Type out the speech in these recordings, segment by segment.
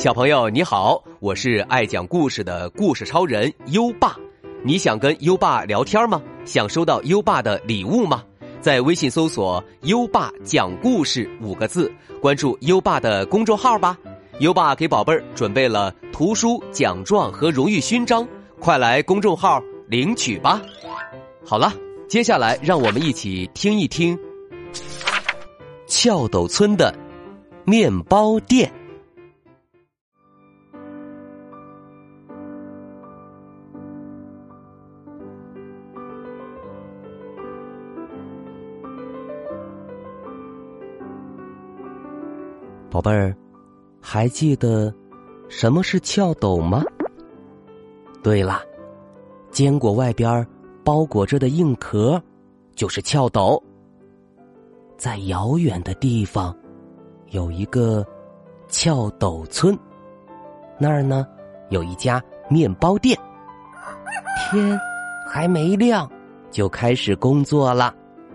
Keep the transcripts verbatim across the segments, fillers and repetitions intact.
小朋友你好，我是爱讲故事的故事超人优爸。你想跟优爸聊天吗？想收到优爸的礼物吗？在微信搜索优爸讲故事五个字，关注优爸的公众号吧。优爸给宝贝儿准备了图书、奖状和荣誉勋章，快来公众号领取吧。好了，接下来让我们一起听一听翘斗村的面包店。宝贝儿，还记得什么是翘斗吗？对了，坚果外边包裹着的硬壳就是翘斗。在遥远的地方有一个翘斗村，那儿呢有一家面包店，天还没亮就开始工作了。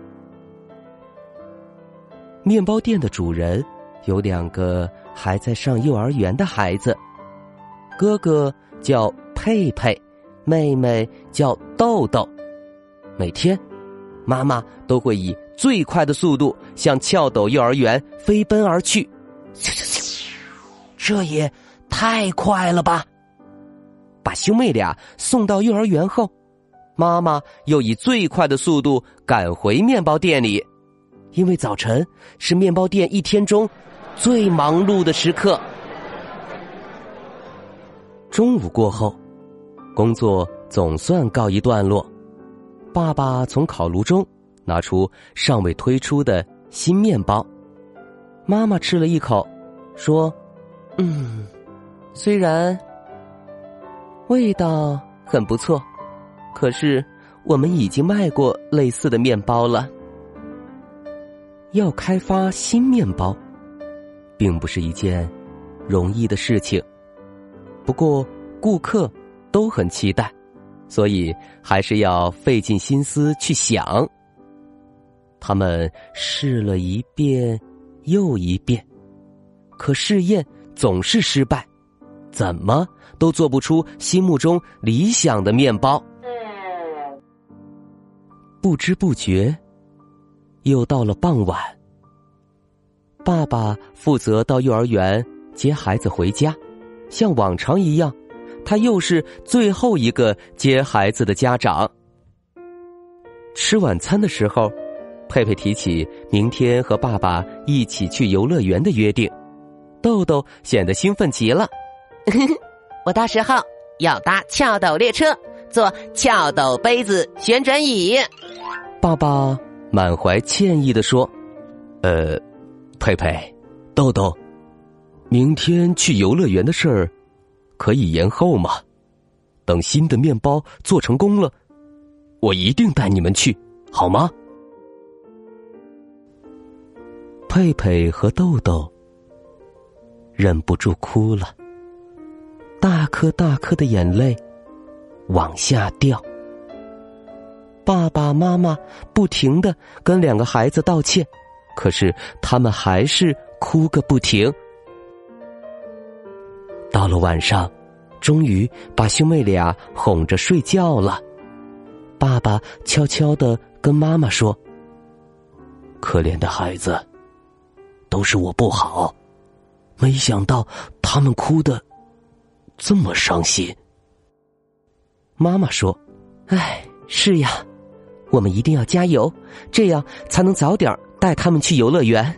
面包店的主人有两个还在上幼儿园的孩子，哥哥叫佩佩，妹妹叫豆豆。每天妈妈都会以最快的速度向翘斗幼儿园飞奔而去，这也太快了吧！把兄妹俩送到幼儿园后，妈妈又以最快的速度赶回面包店里，因为早晨是面包店一天中最忙碌的时刻。中午过后，工作总算告一段落。爸爸从烤炉中拿出尚未推出的新面包，妈妈吃了一口，说：“嗯，虽然味道很不错，可是我们已经卖过类似的面包了。要开发新面包并不是一件容易的事情，不过顾客都很期待，所以还是要费尽心思去想。他们试了一遍又一遍，可试验总是失败，怎么都做不出心目中理想的面包。不知不觉又到了傍晚，爸爸负责到幼儿园接孩子回家，像往常一样，他又是最后一个接孩子的家长。吃晚餐的时候，佩佩提起明天和爸爸一起去游乐园的约定，豆豆显得兴奋极了。 我到时候要搭翘斗列车，坐翘斗杯子旋转椅。 爸爸满怀歉意地说：呃佩佩，豆豆，明天去游乐园的事儿可以延后吗？等新的面包做成功了，我一定带你们去，好吗？佩佩和豆豆忍不住哭了，大颗大颗的眼泪往下掉。爸爸妈妈不停地跟两个孩子道歉，可是他们还是哭个不停。到了晚上，终于把兄妹俩哄着睡觉了。爸爸悄悄地跟妈妈说：可怜的孩子，都是我不好，没想到他们哭得这么伤心。妈妈说：哎，是呀，我们一定要加油，这样才能早点带他们去游乐园。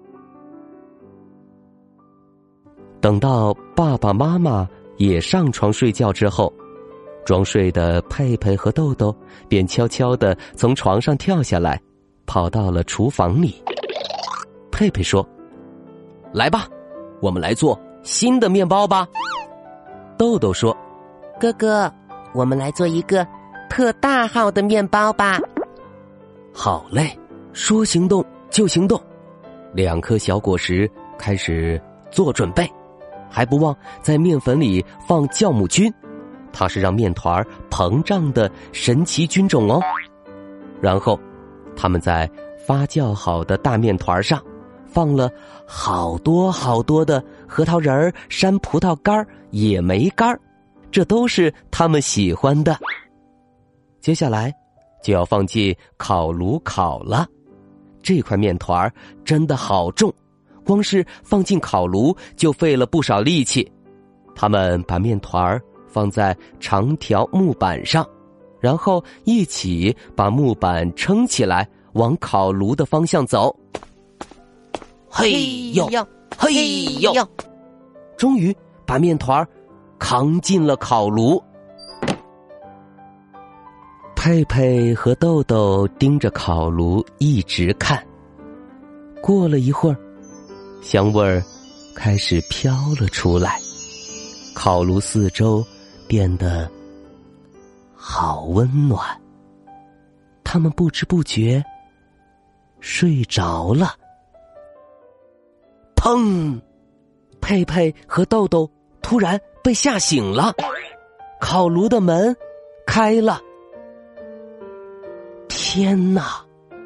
等到爸爸妈妈也上床睡觉之后，装睡的佩佩和豆豆便悄悄地从床上跳下来，跑到了厨房里。佩佩说：来吧，我们来做新的面包吧。豆豆说： 哥哥，我们来做一个特大号的面包吧。 好嘞，说行动就行动。两颗小果实开始做准备，还不忘在面粉里放酵母菌，它是让面团膨胀的神奇菌种哦。然后他们在发酵好的大面团上放了好多好多的核桃仁儿、山葡萄干、野莓干，这都是他们喜欢的。接下来就要放进烤炉烤了。这块面团真的好重，光是放进烤炉就费了不少力气。他们把面团放在长条木板上，然后一起把木板撑起来，往烤炉的方向走。嘿呦，嘿呦，终于把面团扛进了烤炉。佩佩和豆豆盯着烤炉一直看。过了一会儿，香味儿开始飘了出来，烤炉四周变得好温暖。他们不知不觉睡着了。砰！佩佩和豆豆突然被吓醒了，烤炉的门开了。天哪！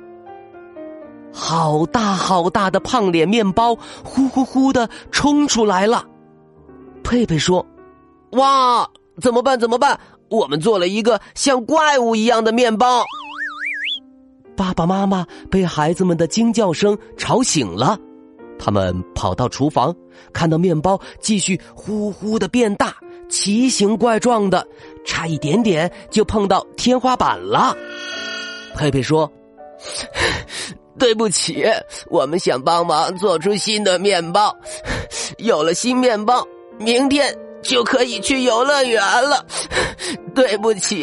好大好大的胖脸面包呼呼呼的冲出来了。佩佩说：哇，怎么办怎么办，我们做了一个像怪物一样的面包。爸爸妈妈被孩子们的惊叫声吵醒了，他们跑到厨房，看到面包继续呼呼的变大，奇形怪状的，差一点点就碰到天花板了。佩佩说：对不起，我们想帮忙做出新的面包，有了新面包，明天就可以去游乐园了，对不起。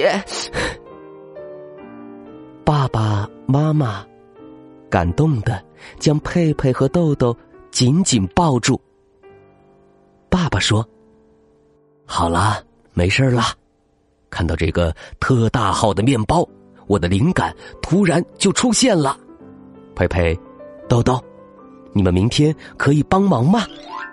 爸爸妈妈感动的将佩佩和豆豆紧紧抱住。爸爸说：好了，没事了。看到这个特大号的面包，我的灵感突然就出现了。佩佩、豆豆，你们明天可以帮忙吗？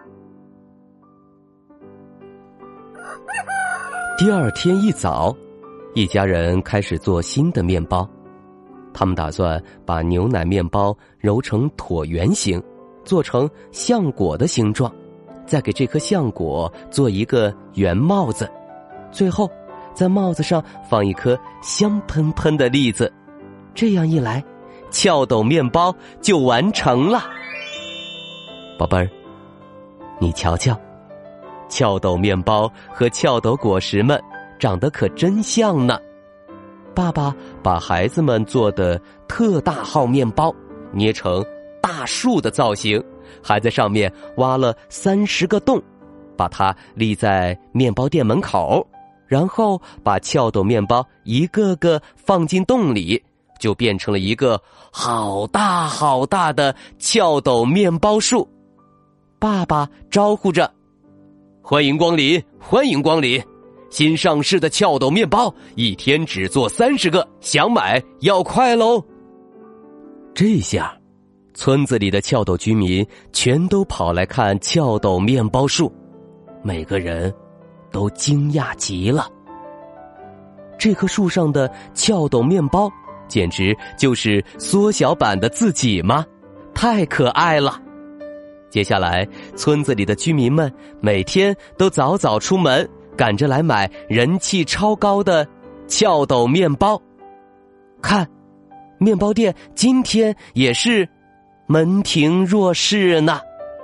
第二天一早，一家人开始做新的面包。他们打算把牛奶面包揉成椭圆形，做成橡果的形状，再给这颗橡果做一个圆帽子，最后在帽子上放一颗香喷喷的栗子。这样一来，翘斗面包就完成了。宝贝儿，你瞧瞧，翘斗面包和翘斗果实们长得可真像呢。爸爸把孩子们做的特大号面包捏成大树的造型，还在上面挖了三十个洞，把它立在面包店门口，然后把翘斗面包一个个放进洞里，就变成了一个好大好大的翘斗面包树。爸爸招呼着：欢迎光临，欢迎光临，新上市的翘斗面包一天只做三十个，想买要快喽。这下村子里的翘斗居民全都跑来看翘斗面包树，每个人都惊讶极了。这棵树上的翘斗面包简直就是缩小版的自己吗？太可爱了。接下来村子里的居民们每天都早早出门，赶着来买人气超高的翘斗面包。看，面包店今天也是门庭若市呢。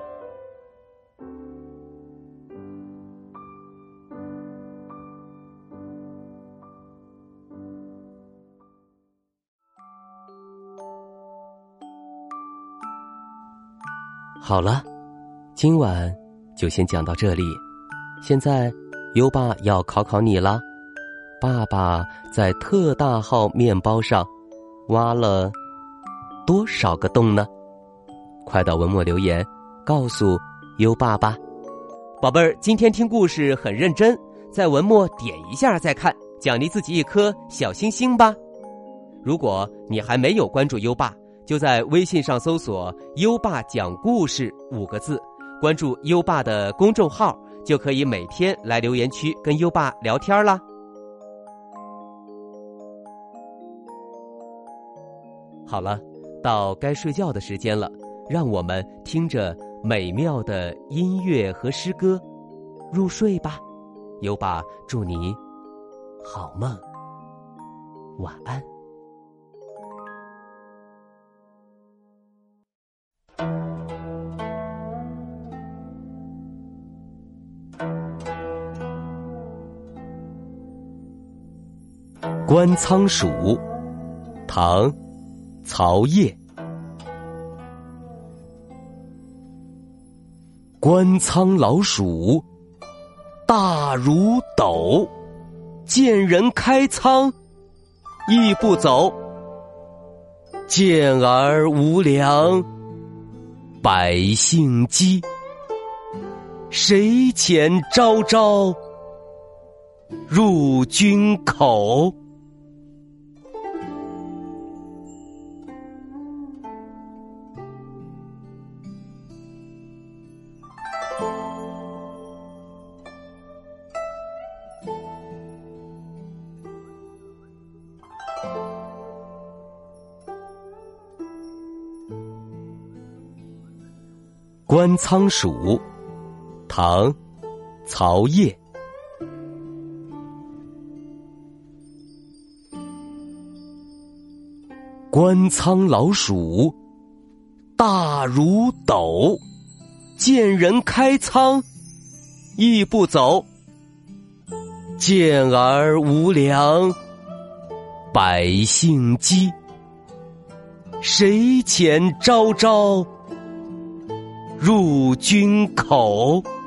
好了，今晚就先讲到这里。现在优爸要考考你了，爸爸在特大号面包上挖了多少个洞呢？快到文末留言告诉优爸吧。宝贝儿，今天听故事很认真，在文末点一下再看，奖励自己一颗小星星吧。如果你还没有关注优爸，就在微信上搜索优爸讲故事五个字，关注优爸的公众号，就可以每天来留言区跟优爸聊天啦。好了，到该睡觉的时间了， 让我们听着美妙的音乐和诗歌入睡吧。优爸祝你好梦，晚安。观仓鼠，唐·曹烨。观仓老鼠，大如斗，见人开仓，亦不走。见而无粮，百姓饥。谁遣朝朝，入军口。观仓鼠，唐·曹烨。观仓老鼠，大如斗，见人开仓，亦不走。见而无粮，百姓饥。谁遣朝朝，入军口。